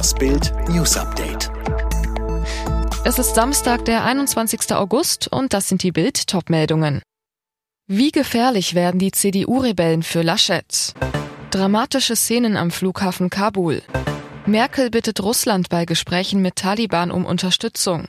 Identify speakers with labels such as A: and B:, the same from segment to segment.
A: Das Bild News Update.
B: Es ist Samstag, der 21. August und das sind die Bild-Top-Meldungen. Wie gefährlich werden die CDU-Rebellen für Laschet? Dramatische Szenen am Flughafen Kabul. Merkel bittet Russland bei Gesprächen mit Taliban um Unterstützung.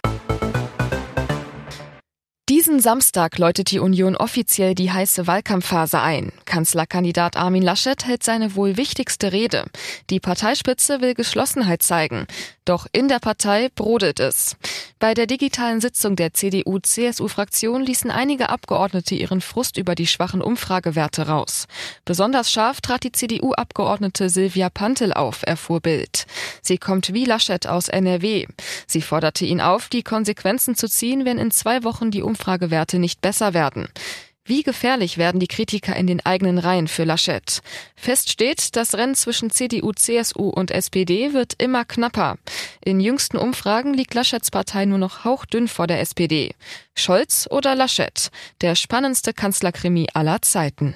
B: Diesen Samstag läutet die Union offiziell die heiße Wahlkampfphase ein. Kanzlerkandidat Armin Laschet hält seine wohl wichtigste Rede. Die Parteispitze will Geschlossenheit zeigen. Doch in der Partei brodelt es. Bei der digitalen Sitzung der CDU-CSU-Fraktion ließen einige Abgeordnete ihren Frust über die schwachen Umfragewerte raus. Besonders scharf trat die CDU-Abgeordnete Silvia Pantel auf, erfuhr Bild. Sie kommt wie Laschet aus NRW. Sie forderte ihn auf, die Konsequenzen zu ziehen, wenn in 2 Wochen die Umfragewerte nicht besser werden. Wie gefährlich werden die Kritiker in den eigenen Reihen für Laschet? Fest steht, das Rennen zwischen CDU, CSU und SPD wird immer knapper. In jüngsten Umfragen liegt Laschets Partei nur noch hauchdünn vor der SPD. Scholz oder Laschet? Der spannendste Kanzlerkrimi aller Zeiten.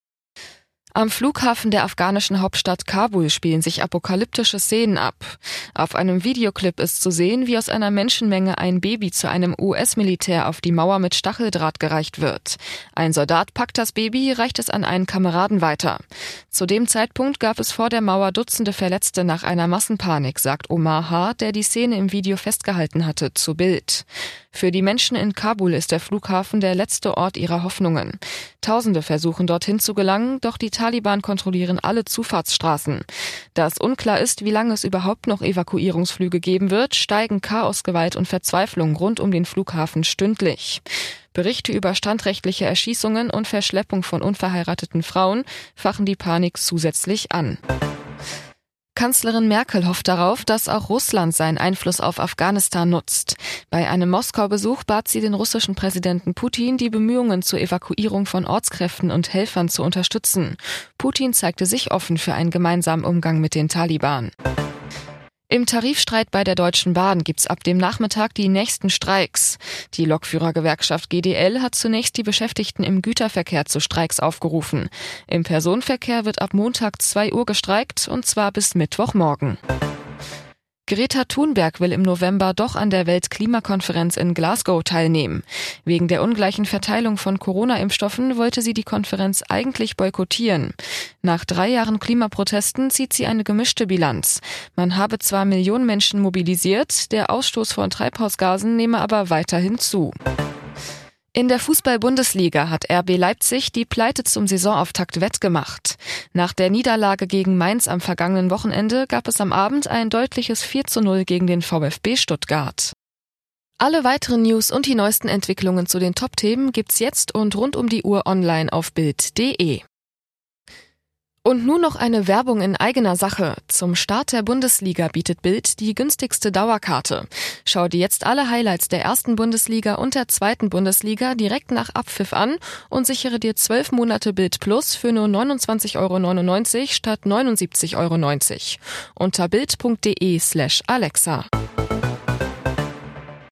B: Am Flughafen der afghanischen Hauptstadt Kabul spielen sich apokalyptische Szenen ab. Auf einem Videoclip ist zu sehen, wie aus einer Menschenmenge ein Baby zu einem US-Militär auf die Mauer mit Stacheldraht gereicht wird. Ein Soldat packt das Baby, reicht es an einen Kameraden weiter. Zu dem Zeitpunkt gab es vor der Mauer Dutzende Verletzte nach einer Massenpanik, sagt Omar H., der die Szene im Video festgehalten hatte, zu Bild. Für die Menschen in Kabul ist der Flughafen der letzte Ort ihrer Hoffnungen. Tausende versuchen dorthin zu gelangen, doch die Taliban kontrollieren alle Zufahrtsstraßen. Da es unklar ist, wie lange es überhaupt noch Evakuierungsflüge geben wird, steigen Chaos, Gewalt und Verzweiflung rund um den Flughafen stündlich. Berichte über standrechtliche Erschießungen und Verschleppung von unverheirateten Frauen fachen die Panik zusätzlich an. Kanzlerin Merkel hofft darauf, dass auch Russland seinen Einfluss auf Afghanistan nutzt. Bei einem Moskau-Besuch bat sie den russischen Präsidenten Putin, die Bemühungen zur Evakuierung von Ortskräften und Helfern zu unterstützen. Putin zeigte sich offen für einen gemeinsamen Umgang mit den Taliban. Im Tarifstreit bei der Deutschen Bahn gibt's ab dem Nachmittag die nächsten Streiks. Die Lokführergewerkschaft GDL hat zunächst die Beschäftigten im Güterverkehr zu Streiks aufgerufen. Im Personenverkehr wird ab Montag 2 Uhr gestreikt, und zwar bis Mittwochmorgen. Greta Thunberg will im November doch an der Weltklimakonferenz in Glasgow teilnehmen. Wegen der ungleichen Verteilung von Corona-Impfstoffen wollte sie die Konferenz eigentlich boykottieren. Nach 3 Jahren Klimaprotesten zieht sie eine gemischte Bilanz. Man habe zwar Millionen Menschen mobilisiert, der Ausstoß von Treibhausgasen nehme aber weiterhin zu. In der Fußball-Bundesliga hat RB Leipzig die Pleite zum Saisonauftakt wettgemacht. Nach der Niederlage gegen Mainz am vergangenen Wochenende gab es am Abend ein deutliches 4:0 gegen den VfB Stuttgart. Alle weiteren News und die neuesten Entwicklungen zu den Top-Themen gibt's jetzt und rund um die Uhr online auf Bild.de. Und nun noch eine Werbung in eigener Sache. Zum Start der Bundesliga bietet Bild die günstigste Dauerkarte. Schau dir jetzt alle Highlights der 1. Bundesliga und der 2. Bundesliga direkt nach Abpfiff an und sichere dir 12 Monate Bild Plus für nur 29,99 € statt 79,90 € unter bild.de/Alexa.